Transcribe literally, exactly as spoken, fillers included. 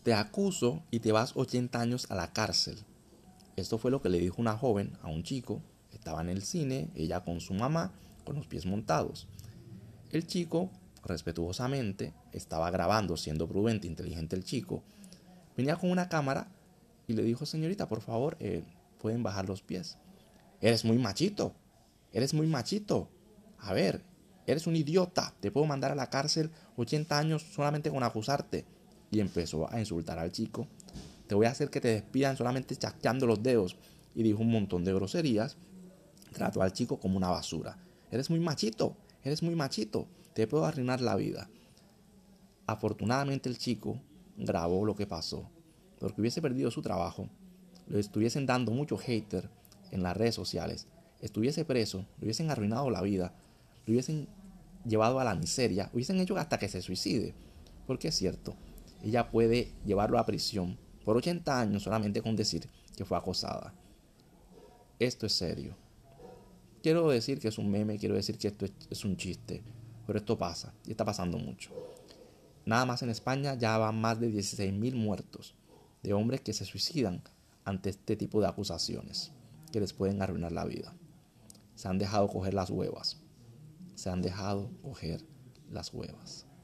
te acuso y te vas ochenta años a la cárcel. Esto fue lo que le dijo una joven a un chico. Estaba en el cine, ella con su mamá, con los pies montados. El chico, respetuosamente, estaba grabando, siendo prudente, inteligente el chico. Venía con una cámara y le dijo: señorita, por favor, eh, pueden bajar los pies. Eres muy machito, eres muy machito. A ver, eres un idiota, te puedo mandar a la cárcel ochenta años solamente con acusarte. Y empezó a insultar al chico. Te voy a hacer que te despidan solamente chasqueando los dedos. Y dijo un montón de groserías. Trató al chico como una basura. Eres muy machito, eres muy machito, te puedo arruinar la vida. Afortunadamente el chico grabó lo que pasó, porque hubiese perdido su trabajo, le estuviesen dando mucho hater en las redes sociales, estuviese preso, le hubiesen arruinado la vida, le hubiesen llevado a la miseria, hubiesen hecho hasta que se suicide. Porque es cierto, ella puede llevarlo a prisión por ochenta años solamente con decir que fue acosada. Esto es serio. Quiero decir que es un meme, quiero decir que esto es un chiste, pero esto pasa y está pasando mucho. Nada más en España ya van más de dieciséis mil muertos de hombres que se suicidan ante este tipo de acusaciones que les pueden arruinar la vida. Se han dejado coger las huevas. Se han dejado coger las huevas.